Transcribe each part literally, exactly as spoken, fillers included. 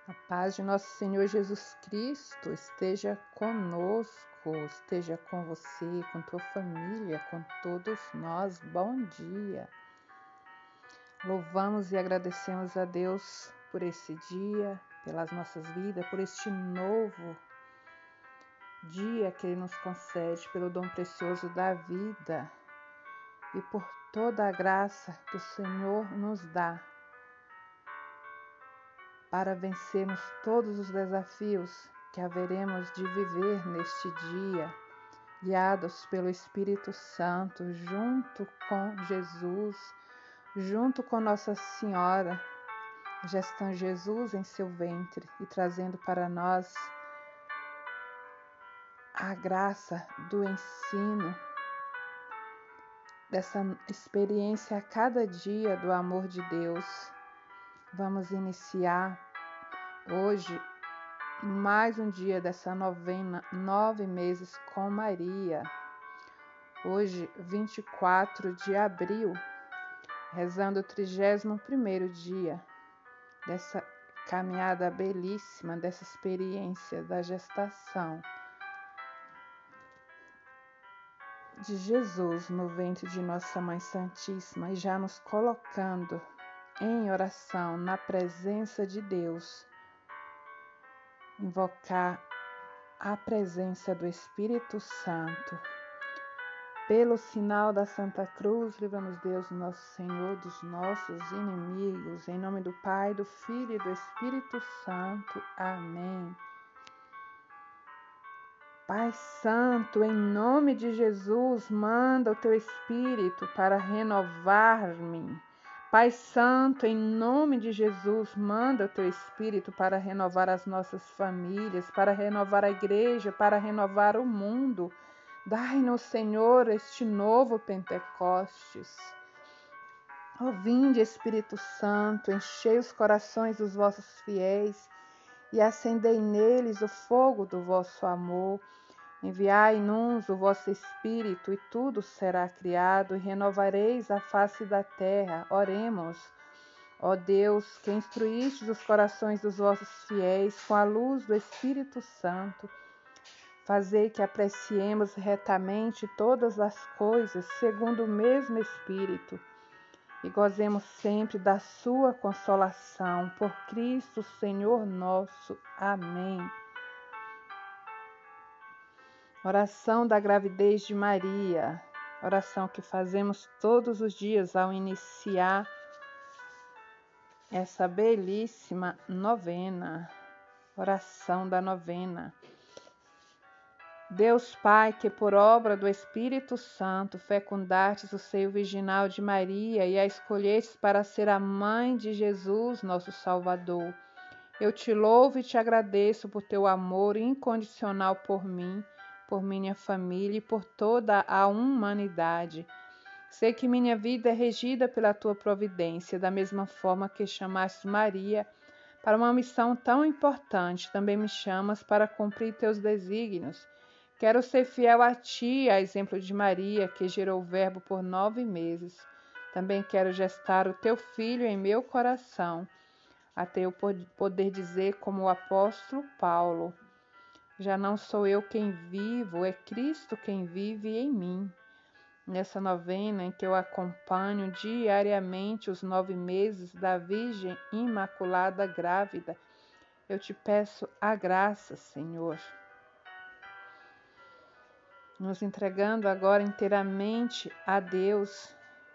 A paz de nosso Senhor Jesus Cristo esteja conosco, esteja com você, com tua família, com todos nós. Bom dia! Louvamos e agradecemos a Deus por esse dia, pelas nossas vidas, por este novo dia que Ele nos concede, pelo dom precioso da vida e por toda a graça que o Senhor nos dá para vencermos todos os desafios que haveremos de viver neste dia, guiados pelo Espírito Santo, junto com Jesus, junto com Nossa Senhora, gestando Jesus em seu ventre e trazendo para nós a graça do ensino, dessa experiência a cada dia do amor de Deus. Vamos iniciar hoje mais um dia dessa novena, nove meses com Maria. Hoje, vinte e quatro de abril, rezando o trigésimo primeiro dia dessa caminhada belíssima, dessa experiência da gestação de Jesus no ventre de Nossa Mãe Santíssima, e já nos colocando em oração na presença de Deus, invocar a presença do Espírito Santo. Pelo sinal da Santa Cruz, livra-nos Deus, nosso Senhor, dos nossos inimigos. Em nome do Pai, do Filho e do Espírito Santo. Amém. Pai Santo, em nome de Jesus, manda o Teu Espírito para renovar-me. Pai Santo, em nome de Jesus, manda o Teu Espírito para renovar as nossas famílias, para renovar a igreja, para renovar o mundo. Dai-nos, Senhor, este novo Pentecostes. Ó, vinde, Espírito Santo, enchei os corações dos vossos fiéis e acendei neles o fogo do vosso amor. Enviai-nos o vosso Espírito, e tudo será criado, e renovareis a face da terra. Oremos. Ó Deus, que instruístes os corações dos vossos fiéis com a luz do Espírito Santo, fazei que apreciemos retamente todas as coisas segundo o mesmo Espírito, e gozemos sempre da sua consolação. Por Cristo, Senhor nosso. Amém. Oração da gravidez de Maria, oração que fazemos todos os dias ao iniciar essa belíssima novena, oração da novena. Deus Pai, que por obra do Espírito Santo fecundastes o seio virginal de Maria e a escolhestes para ser a mãe de Jesus, nosso Salvador, eu te louvo e te agradeço por teu amor incondicional por mim, por minha família e por toda a humanidade. Sei que minha vida é regida pela tua providência, da mesma forma que chamaste Maria para uma missão tão importante, também me chamas para cumprir teus desígnios. Quero ser fiel a ti, a exemplo de Maria, que gerou o Verbo por nove meses. Também quero gestar o teu filho em meu coração, até eu poder dizer como o apóstolo Paulo: já não sou eu quem vivo, é Cristo quem vive em mim. Nessa novena em que eu acompanho diariamente os nove meses da Virgem Imaculada Grávida, eu te peço a graça, Senhor, nos entregando agora inteiramente a Deus,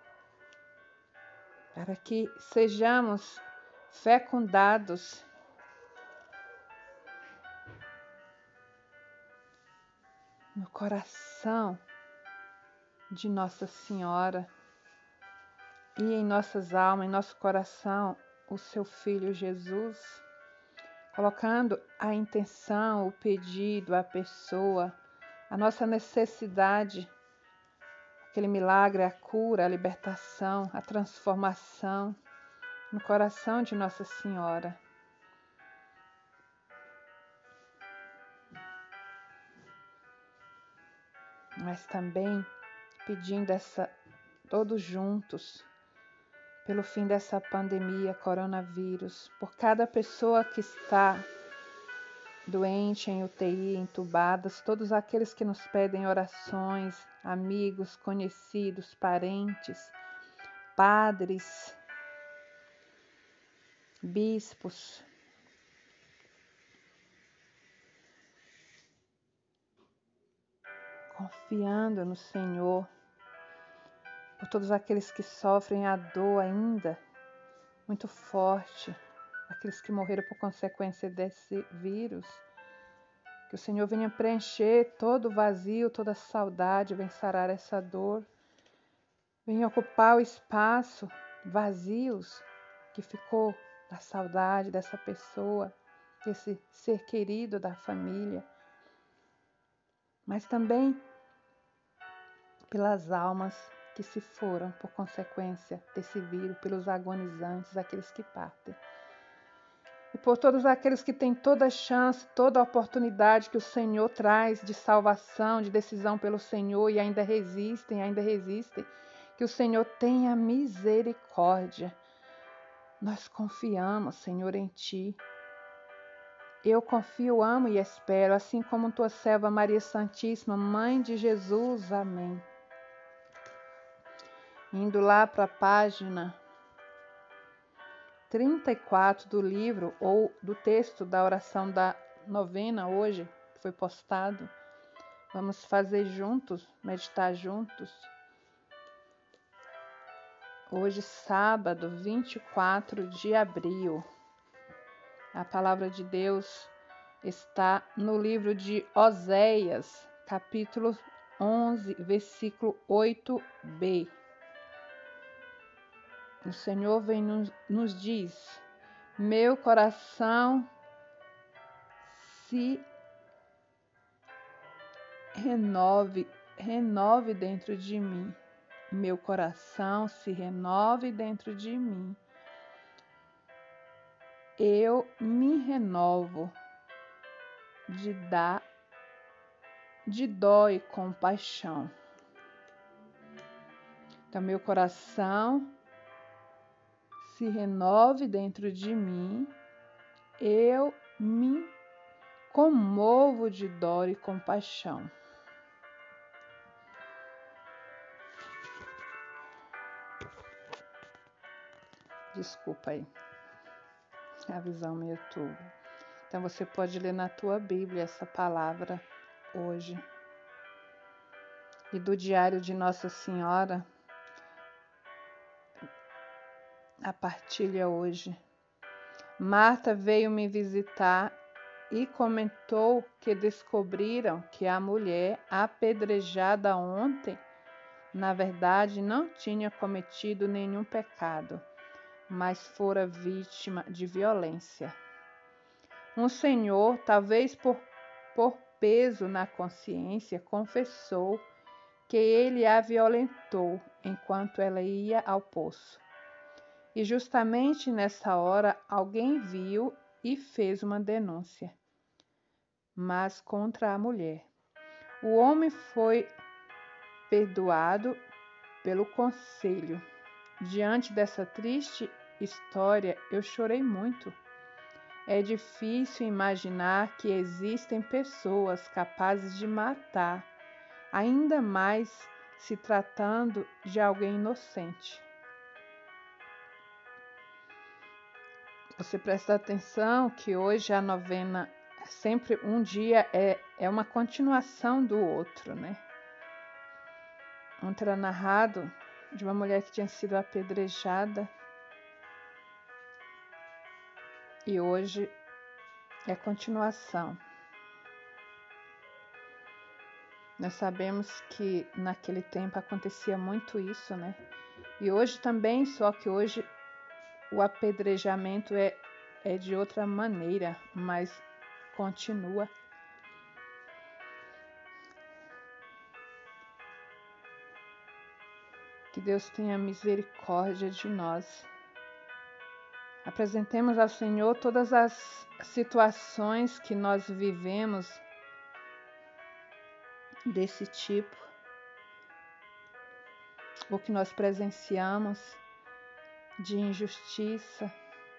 para que sejamos fecundados no coração de Nossa Senhora e em nossas almas, em nosso coração, o seu Filho Jesus, colocando a intenção, o pedido, a pessoa, a nossa necessidade, aquele milagre, a cura, a libertação, a transformação no coração de Nossa Senhora. Mas também pedindo essa, todos juntos, pelo fim dessa pandemia, coronavírus, por cada pessoa que está doente, em U T I, entubadas, todos aqueles que nos pedem orações, amigos, conhecidos, parentes, padres, bispos, confiando no Senhor, por todos aqueles que sofrem a dor ainda muito forte, aqueles que morreram por consequência desse vírus, que o Senhor venha preencher todo o vazio, toda a saudade, venha sarar essa dor, venha ocupar o espaço vazios que ficou da saudade dessa pessoa, desse ser querido da família, mas também pelas almas que se foram por consequência desse vírus, pelos agonizantes, aqueles que partem. E por todos aqueles que têm toda a chance, toda a oportunidade que o Senhor traz de salvação, de decisão pelo Senhor e ainda resistem, ainda resistem, que o Senhor tenha misericórdia. Nós confiamos, Senhor, em Ti. Eu confio, amo e espero, assim como tua serva Maria Santíssima, Mãe de Jesus. Amém. Indo lá para a página trinta e quatro do livro, ou do texto da oração da novena hoje, que foi postado, vamos fazer juntos, meditar juntos. Hoje, sábado, vinte e quatro de abril. A palavra de Deus está no livro de Oséias, capítulo onze, versículo oito b. O Senhor vem nos, nos diz: meu coração se renove, renove dentro de mim. Meu coração se renove dentro de mim. Eu me renovo de dar, de dó e compaixão. Então, meu coração se renove dentro de mim, eu me comovo de dó e compaixão. Desculpa aí, a visão meio turva. Então você pode ler na tua Bíblia essa palavra hoje. E do diário de Nossa Senhora, a partilha hoje. Marta veio me visitar e comentou que descobriram que a mulher apedrejada ontem, na verdade, não tinha cometido nenhum pecado, mas fora vítima de violência. Um senhor, talvez por, por peso na consciência, confessou que ele a violentou enquanto ela ia ao poço. E justamente nessa hora alguém viu e fez uma denúncia, mas contra a mulher. O homem foi perdoado pelo conselho. Diante dessa triste história, eu chorei muito. É difícil imaginar que existem pessoas capazes de matar, ainda mais se tratando de alguém inocente. Você presta atenção que hoje a novena, sempre um dia é, é uma continuação do outro, né? Ontem era narrado de uma mulher que tinha sido apedrejada e hoje é continuação. Nós sabemos que naquele tempo acontecia muito isso, né? E hoje também, só que hoje o apedrejamento é, é de outra maneira, mas continua. Que Deus tenha misericórdia de nós. Apresentemos ao Senhor todas as situações que nós vivemos desse tipo, ou que nós presenciamos de injustiça.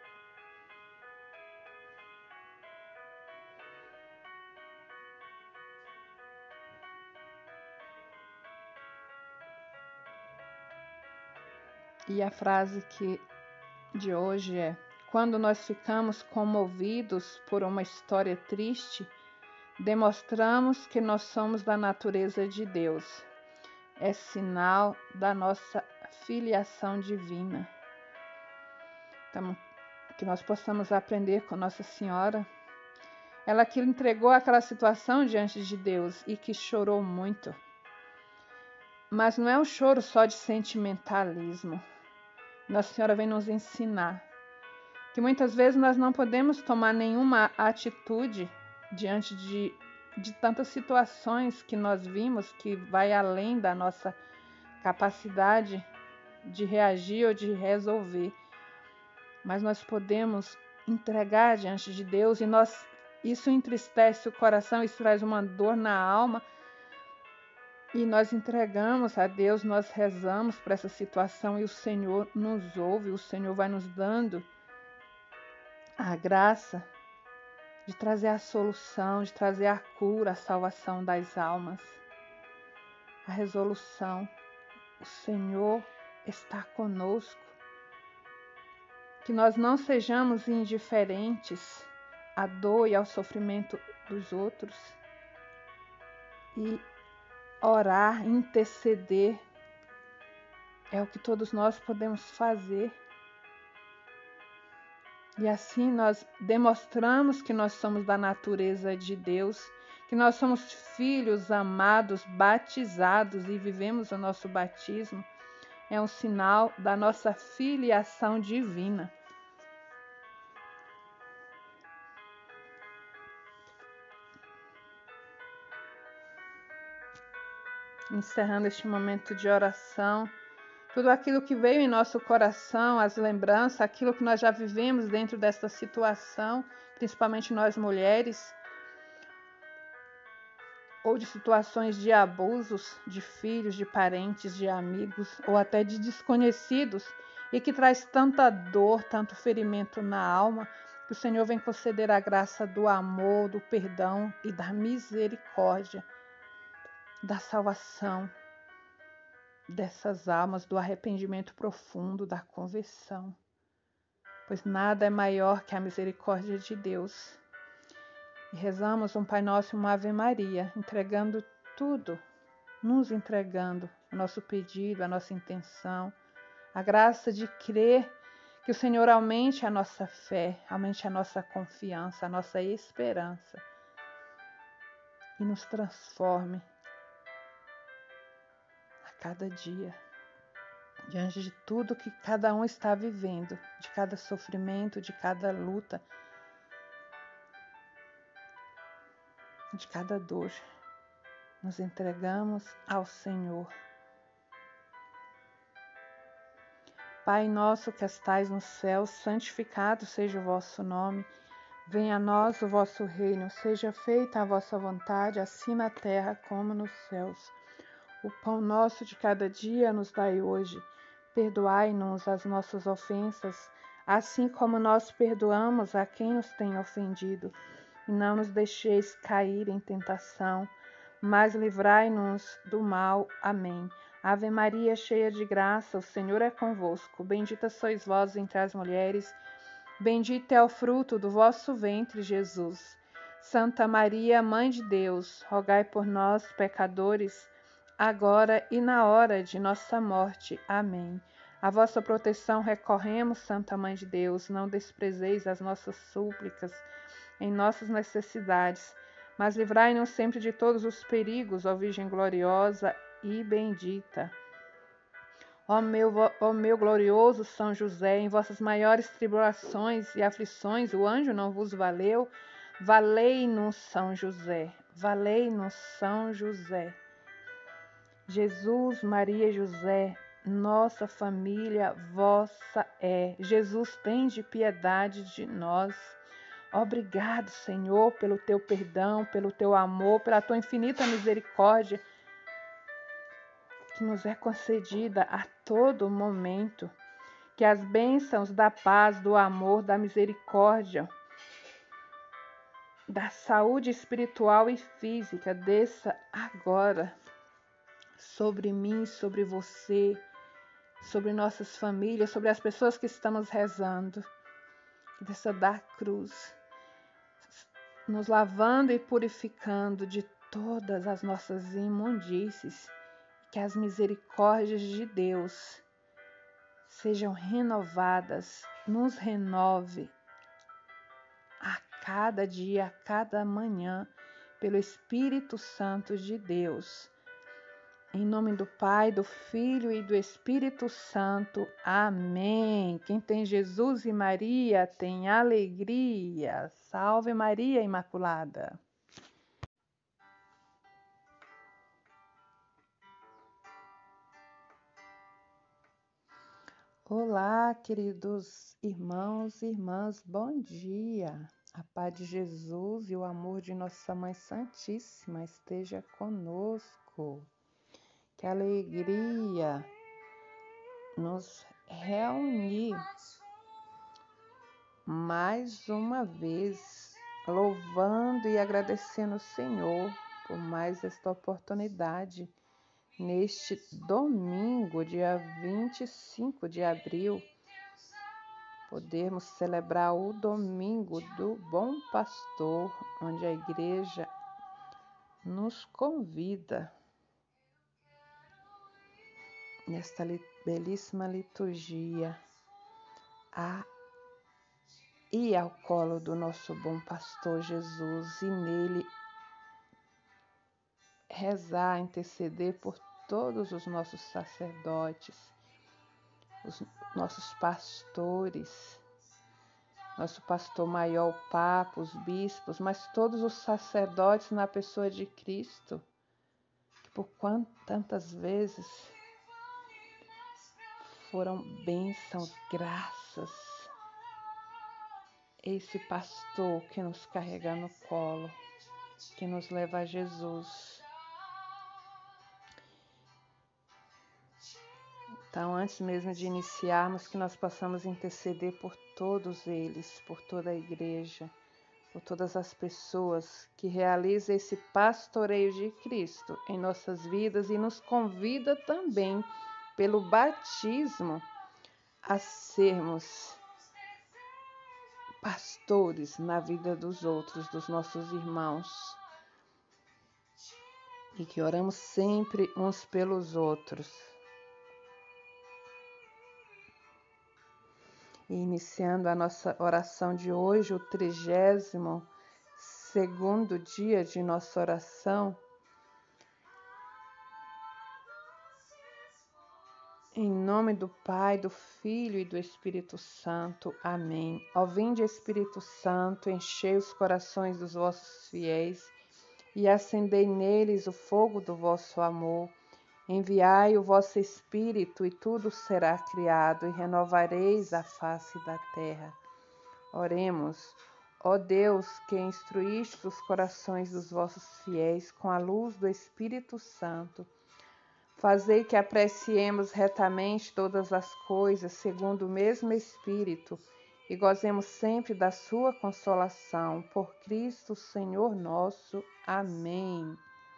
E a frase que de hoje é: quando nós ficamos comovidos por uma história triste, demonstramos que nós somos da natureza de Deus. É sinal da nossa filiação divina. Então, que nós possamos aprender com Nossa Senhora. Ela que entregou aquela situação diante de Deus e que chorou muito. Mas não é um choro só de sentimentalismo. Nossa Senhora vem nos ensinar que muitas vezes nós não podemos tomar nenhuma atitude diante de, de tantas situações que nós vimos que vai além da nossa capacidade de reagir ou de resolver. Mas nós podemos entregar diante de Deus e nós, isso entristece o coração, isso traz uma dor na alma. E nós entregamos a Deus, nós rezamos para essa situação e o Senhor nos ouve, o Senhor vai nos dando a graça de trazer a solução, de trazer a cura, a salvação das almas, a resolução. O Senhor está conosco. Que nós não sejamos indiferentes à dor e ao sofrimento dos outros. E orar, interceder, é o que todos nós podemos fazer. E assim nós demonstramos que nós somos da natureza de Deus, que nós somos filhos amados, batizados e vivemos o nosso batismo. É um sinal da nossa filiação divina. Encerrando este momento de oração, tudo aquilo que veio em nosso coração, as lembranças, aquilo que nós já vivemos dentro desta situação, principalmente nós mulheres, ou de situações de abusos de filhos, de parentes, de amigos, ou até de desconhecidos, e que traz tanta dor, tanto ferimento na alma, que o Senhor vem conceder a graça do amor, do perdão e da misericórdia, da salvação dessas almas, do arrependimento profundo, da conversão. Pois nada é maior que a misericórdia de Deus. E rezamos um Pai Nosso e uma Ave Maria, entregando tudo, nos entregando o nosso pedido, a nossa intenção, a graça de crer que o Senhor aumente a nossa fé, aumente a nossa confiança, a nossa esperança e nos transforme a cada dia, diante de tudo que cada um está vivendo, de cada sofrimento, de cada luta, de cada dor, nos entregamos ao Senhor. Pai nosso que estais no céu, santificado seja o vosso nome. Venha a nós o vosso reino, seja feita a vossa vontade, assim na terra como nos céus. O pão nosso de cada dia nos dai hoje. Perdoai-nos as nossas ofensas, assim como nós perdoamos a quem nos tem ofendido. E não nos deixeis cair em tentação, mas livrai-nos do mal. Amém. Ave Maria, cheia de graça, o Senhor é convosco. Bendita sois vós entre as mulheres, bendito é o fruto do vosso ventre, Jesus. Santa Maria, Mãe de Deus, rogai por nós, pecadores, agora e na hora de nossa morte. Amém. A vossa proteção recorremos, Santa Mãe de Deus, não desprezeis as nossas súplicas em nossas necessidades, mas livrai-nos sempre de todos os perigos, ó Virgem gloriosa e bendita. Ó meu, ó meu glorioso São José, em vossas maiores tribulações e aflições, o anjo não vos valeu, valei-nos São José, valei-nos São José. Jesus, Maria e José, nossa família vossa é. Jesus, tende piedade de nós. Obrigado, Senhor, pelo teu perdão, pelo teu amor, pela tua infinita misericórdia que nos é concedida a todo momento. que as bênçãos da paz, do amor, da misericórdia, da saúde espiritual e física desça agora sobre mim, sobre você, sobre nossas famílias, sobre as pessoas que estamos rezando. Que desça da cruz, nos lavando e purificando de todas as nossas imundícies. Que as misericórdias de Deus sejam renovadas, nos renove a cada dia, a cada manhã, pelo Espírito Santo de Deus. Em nome do Pai, do Filho e do Espírito Santo. Amém. Quem tem Jesus e Maria tem alegria. Salve Maria Imaculada. Olá, queridos irmãos e irmãs, bom dia. A paz de Jesus e o amor de Nossa Mãe Santíssima esteja conosco. Que alegria nos reunir mais uma vez, louvando e agradecendo o Senhor por mais esta oportunidade. Neste domingo, dia vinte e cinco de abril, podermos celebrar o domingo do Bom Pastor, onde a igreja nos convida nesta belíssima liturgia a ir ao colo do nosso bom pastor Jesus e nele rezar, interceder por todos os nossos sacerdotes, os nossos pastores, nosso pastor maior, o Papa, os bispos, mas todos os sacerdotes na pessoa de Cristo, que por quantas vezes foram bênçãos, graças. Esse pastor que nos carrega no colo, que nos leva a Jesus. Então, antes mesmo de iniciarmos, que nós possamos interceder por todos eles, por toda a igreja, por todas as pessoas que realizam esse pastoreio de Cristo em nossas vidas e nos convida também, pelo batismo, a sermos pastores na vida dos outros, dos nossos irmãos. E que oramos sempre uns pelos outros. E iniciando a nossa oração de hoje, o trigésimo segundo dia de nossa oração, em nome do Pai, do Filho e do Espírito Santo. Amém. Ó vinde, Espírito Santo, enchei os corações dos vossos fiéis e acendei neles o fogo do vosso amor. Enviai o vosso Espírito e tudo será criado e renovareis a face da terra. Oremos. Ó Deus, que instruíste os corações dos vossos fiéis com a luz do Espírito Santo, fazei que apreciemos retamente todas as coisas segundo o mesmo Espírito e gozemos sempre da sua consolação. Por Cristo, Senhor nosso. Amém.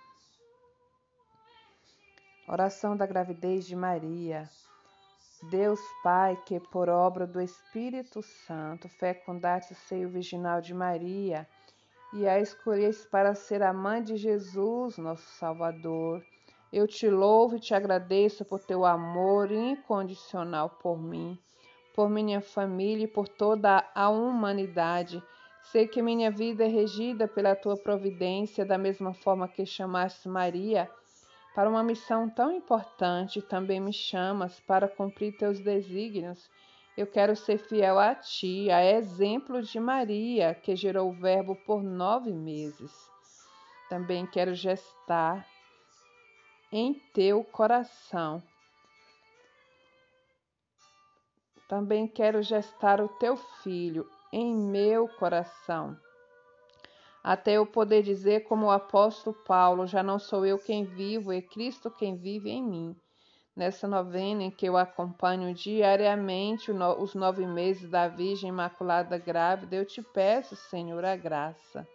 Oração da gravidez de Maria. Deus Pai, que por obra do Espírito Santo fecundaste o seio virginal de Maria e a escolheste para ser a mãe de Jesus, nosso Salvador, eu te louvo e te agradeço por teu amor incondicional por mim, por minha família e por toda a humanidade. Sei que minha vida é regida pela tua providência, da mesma forma que chamaste Maria para uma missão tão importante, também me chamas para cumprir teus desígnios. Eu quero ser fiel a ti, a exemplo de Maria, que gerou o Verbo por nove meses. Também quero gestar em teu coração. Também quero gestar o teu filho em meu coração. Até eu poder dizer como o apóstolo Paulo, já não sou eu quem vivo, é Cristo quem vive em mim. nessa novena em que eu acompanho diariamente os nove meses da Virgem Imaculada Grávida, eu te peço, Senhor, a graça.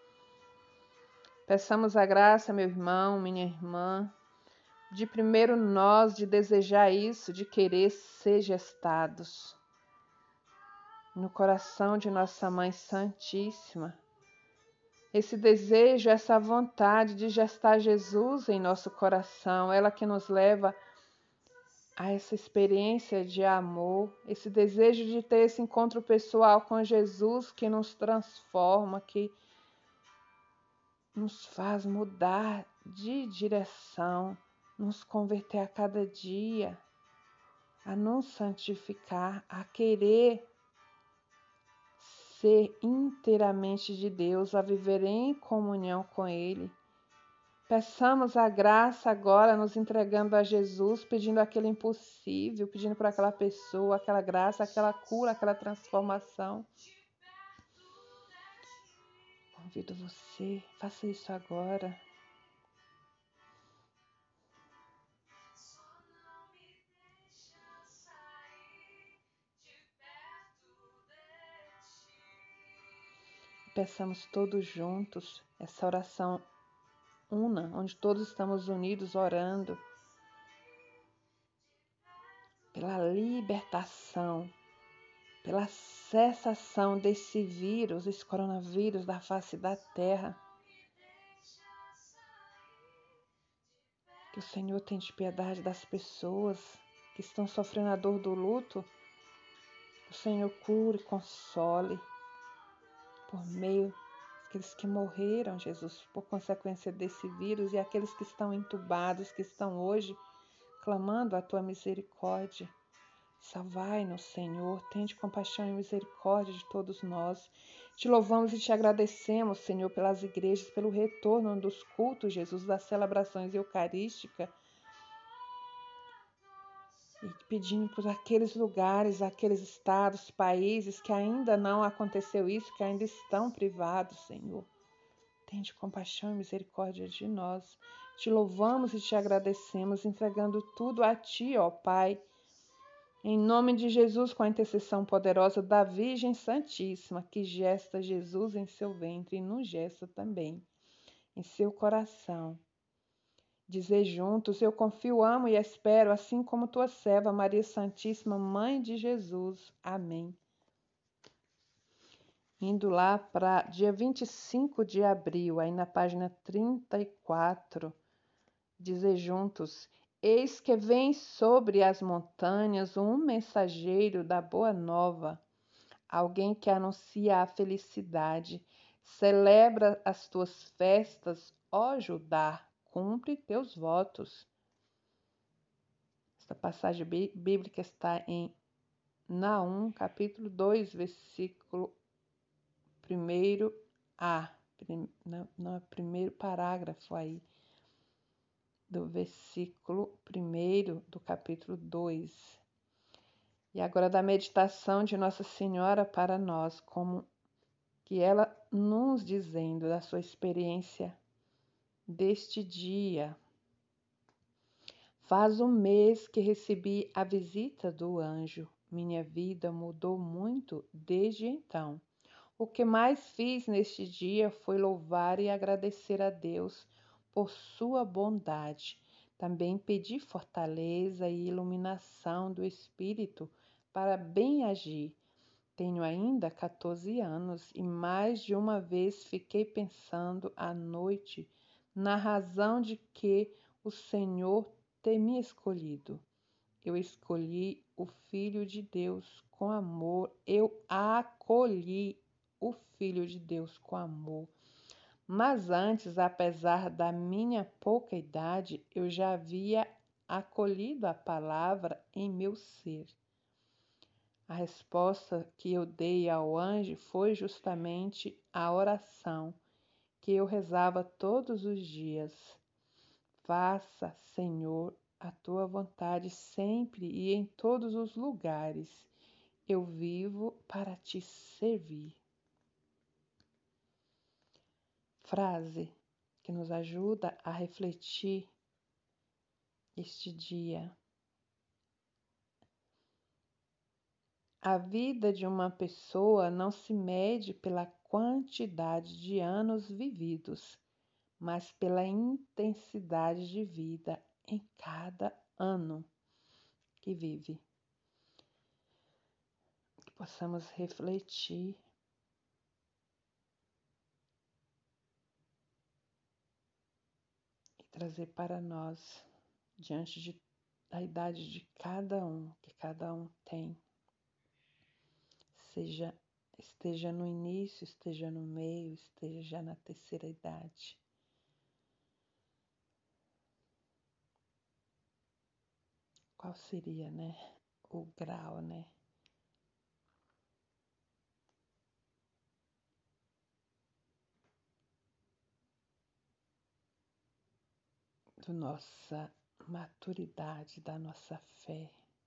Peçamos a graça, meu irmão, minha irmã, de primeiro nós, de desejar isso, de querer ser gestados no coração de nossa Mãe Santíssima. Esse desejo, essa vontade de gestar Jesus em nosso coração, ela que nos leva a essa experiência de amor, esse desejo de ter esse encontro pessoal com Jesus que nos transforma, que nos faz mudar de direção, nos converter a cada dia, a nos santificar, a querer ser inteiramente de Deus, a viver em comunhão com Ele. Peçamos a graça agora, nos entregando a Jesus, pedindo aquele impossível, pedindo por aquela pessoa, aquela graça, aquela cura, aquela transformação. Convido você, faça isso agora. Peçamos todos juntos essa oração una, onde todos estamos unidos orando pela libertação, pela cessação desse vírus, esse coronavírus da face da terra. Que o Senhor tenha piedade das pessoas que estão sofrendo a dor do luto. O Senhor cure e console por meio daqueles que morreram, Jesus, por consequência desse vírus, e aqueles que estão entubados, que estão hoje clamando a tua misericórdia. Salvai-nos, Senhor, tende compaixão e misericórdia de todos nós. Te louvamos e te agradecemos, Senhor, pelas igrejas, pelo retorno dos cultos, Jesus, das celebrações eucarísticas. E pedindo por aqueles lugares, aqueles estados, países que ainda não aconteceu isso, que ainda estão privados, Senhor. Tende compaixão e misericórdia de nós. Te louvamos e te agradecemos, entregando tudo a Ti, ó Pai. Em nome de Jesus, com a intercessão poderosa da Virgem Santíssima, que gesta Jesus em seu ventre e nos gesta também em seu coração. Dizer juntos, eu confio, amo e espero, assim como tua serva, Maria Santíssima, Mãe de Jesus. Amém. Indo lá para dia vinte e cinco de abril, aí na página trinta e quatro, dizer juntos, eis que vem sobre as montanhas um mensageiro da boa nova, alguém que anuncia a felicidade. Celebra as tuas festas, ó Judá, cumpre teus votos. Esta passagem bíblica está em Naum, capítulo dois, versículo primeiro A, não, não é primeiro parágrafo aí, do versículo primeiro do capítulo dois. E agora da meditação de Nossa Senhora para nós, como que ela nos dizendo da sua experiência deste dia. Faz um mês que recebi a visita do anjo. Minha vida mudou muito desde então. O que mais fiz neste dia foi louvar e agradecer a Deus por sua bondade. Também pedi fortaleza e iluminação do Espírito para bem agir. Tenho ainda quatorze anos e mais de uma vez fiquei pensando à noite na razão de que o Senhor ter me escolhido. Eu escolhi o Filho de Deus com amor, eu acolhi o Filho de Deus com amor. Mas antes, apesar da minha pouca idade, eu já havia acolhido a palavra em meu ser. A resposta que eu dei ao anjo foi justamente a oração que eu rezava todos os dias. Faça, Senhor, a tua vontade sempre e em todos os lugares. Eu vivo para te servir. Frase que nos ajuda a refletir este dia. A vida de uma pessoa não se mede pela quantidade de anos vividos, mas pela intensidade de vida em cada ano que vive. Que possamos refletir e trazer para nós, diante de, da idade de cada um, que cada um tem, seja esteja no início, esteja no meio, esteja já na terceira idade. Qual seria, né, o grau, né, da nossa maturidade, da nossa fé?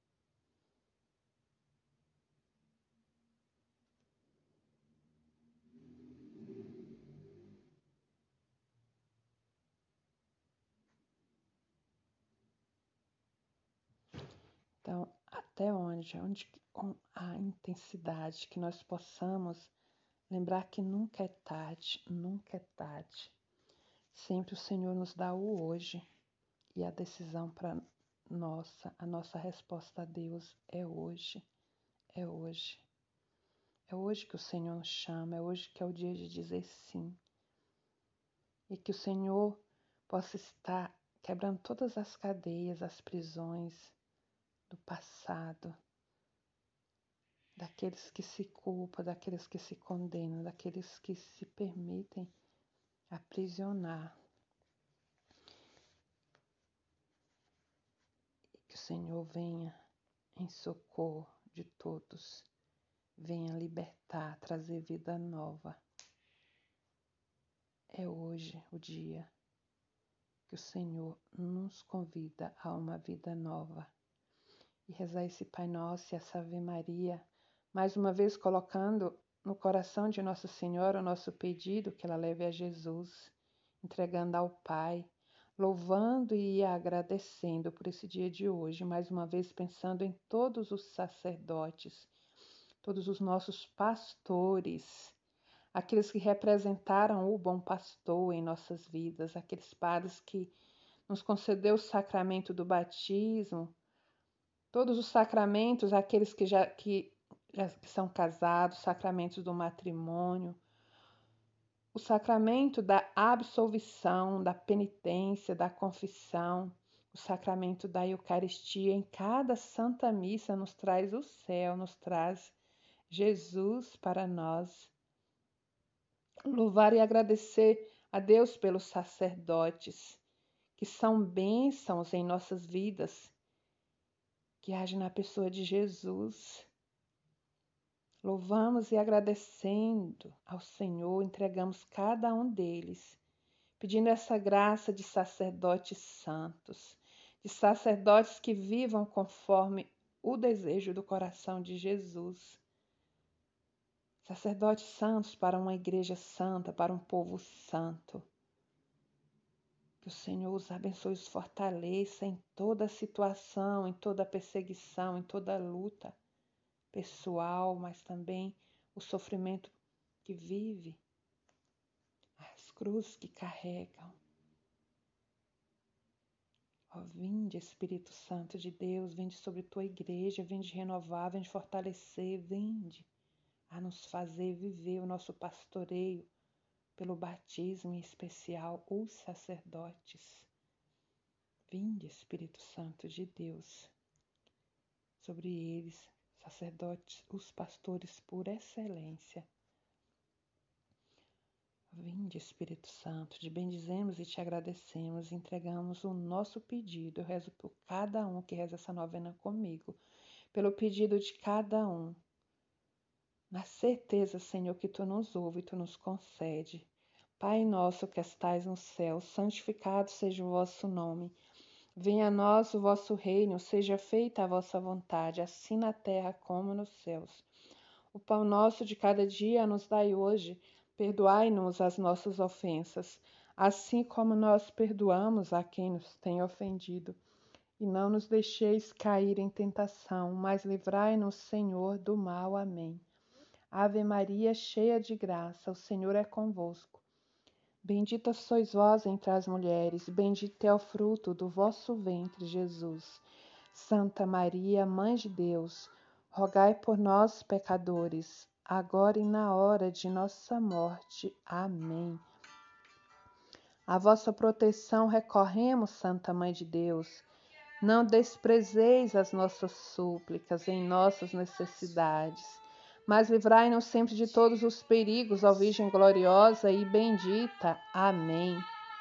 Então, até onde, onde com a intensidade que nós possamos lembrar que nunca é tarde, nunca é tarde. Sempre o Senhor nos dá o hoje e a decisão para nossa, a nossa resposta a Deus é hoje, é hoje. É hoje que o Senhor nos chama, é hoje que é o dia de dizer sim. E que o Senhor possa estar quebrando todas as cadeias, as prisões do passado, daqueles que se culpam, daqueles que se condenam, daqueles que se permitem aprisionar. E que o Senhor venha em socorro de todos, venha libertar, trazer vida nova. É hoje o dia que o Senhor nos convida a uma vida nova. E rezar esse Pai Nosso e essa Ave Maria, mais uma vez colocando no coração de Nossa Senhora o nosso pedido que ela leve a Jesus, entregando ao Pai, louvando e agradecendo por esse dia de hoje, mais uma vez pensando em todos os sacerdotes, todos os nossos pastores, aqueles que representaram o bom pastor em nossas vidas, aqueles padres que nos concedeu o sacramento do batismo, todos os sacramentos, aqueles que já que, já, que são casados, sacramentos do matrimônio, o sacramento da absolvição, da penitência, da confissão, o sacramento da Eucaristia, em cada Santa Missa nos traz o céu, nos traz Jesus para nós. Louvar e agradecer a Deus pelos sacerdotes, que são bênçãos em nossas vidas, que age na pessoa de Jesus. Louvamos e agradecendo ao Senhor, entregamos cada um deles, pedindo essa graça de sacerdotes santos, de sacerdotes que vivam conforme o desejo do coração de Jesus. Sacerdotes santos para uma igreja santa, para um povo santo. Que o Senhor os abençoe e os fortaleça em toda situação, em toda perseguição, em toda luta pessoal, mas também o sofrimento que vive, as cruzes que carregam. Ó, vinde, Espírito Santo de Deus, vinde sobre tua igreja, vinde renovar, vinde fortalecer, vinde a nos fazer viver o nosso pastoreio pelo batismo, em especial os sacerdotes. Vinde, Espírito Santo de Deus, sobre eles, sacerdotes, os pastores por excelência. Vinde, Espírito Santo, te bendizemos e te agradecemos, entregamos o nosso pedido. Eu rezo por cada um que reza essa novena comigo, pelo pedido de cada um, na certeza, Senhor, que Tu nos ouve e Tu nos concede. Pai nosso que estais no céu, santificado seja o vosso nome. Venha a nós o vosso reino, seja feita a vossa vontade, assim na terra como nos céus. O pão nosso de cada dia nos dai hoje, perdoai-nos as nossas ofensas, assim como nós perdoamos a quem nos tem ofendido. e não nos deixeis cair em tentação, mas livrai-nos, Senhor, do mal. Amém. Ave Maria, cheia de graça, o Senhor é convosco. Bendita sois vós entre as mulheres, bendito é o fruto do vosso ventre, Jesus. Santa Maria, Mãe de Deus, rogai por nós, pecadores, agora e na hora de nossa morte. Amém. A vossa proteção recorremos, Santa Mãe de Deus. Não desprezeis as nossas súplicas em nossas necessidades, mas livrai-nos sempre de todos os perigos, ó Virgem gloriosa e bendita. Amém.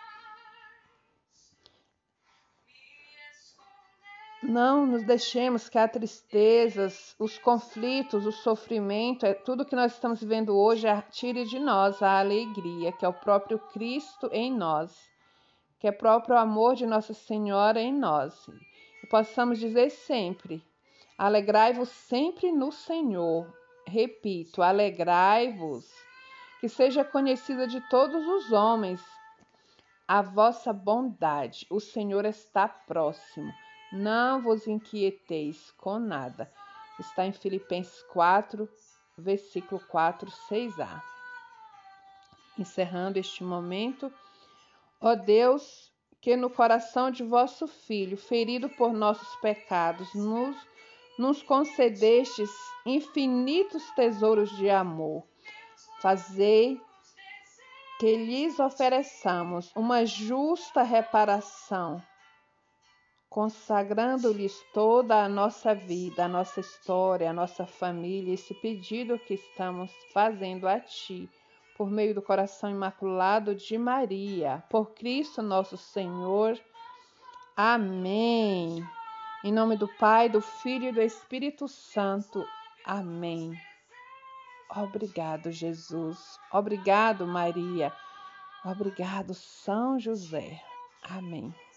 Não nos deixemos que a tristezas, os conflitos, o sofrimento, é tudo que nós estamos vivendo hoje, tire de nós a alegria, que é o próprio Cristo em nós, que é o próprio amor de Nossa Senhora em nós. E possamos dizer sempre: alegrai-vos sempre no Senhor. Repito, alegrai-vos, que seja conhecida de todos os homens a vossa bondade. O Senhor está próximo. Não vos inquieteis com nada. Está em Filipenses quatro, versículo quatro, seis a. Encerrando este momento, ó Deus, que no coração de vosso Filho, ferido por nossos pecados, nos, nos concedestes infinitos tesouros de amor. Fazei que lhes ofereçamos uma justa reparação, consagrando-lhes toda a nossa vida, a nossa história, a nossa família, esse pedido que estamos fazendo a Ti, por meio do coração imaculado de Maria, por Cristo nosso Senhor. Amém. Em nome do Pai, do Filho e do Espírito Santo. Amém. Obrigado, Jesus. Obrigado, Maria. Obrigado, São José. Amém.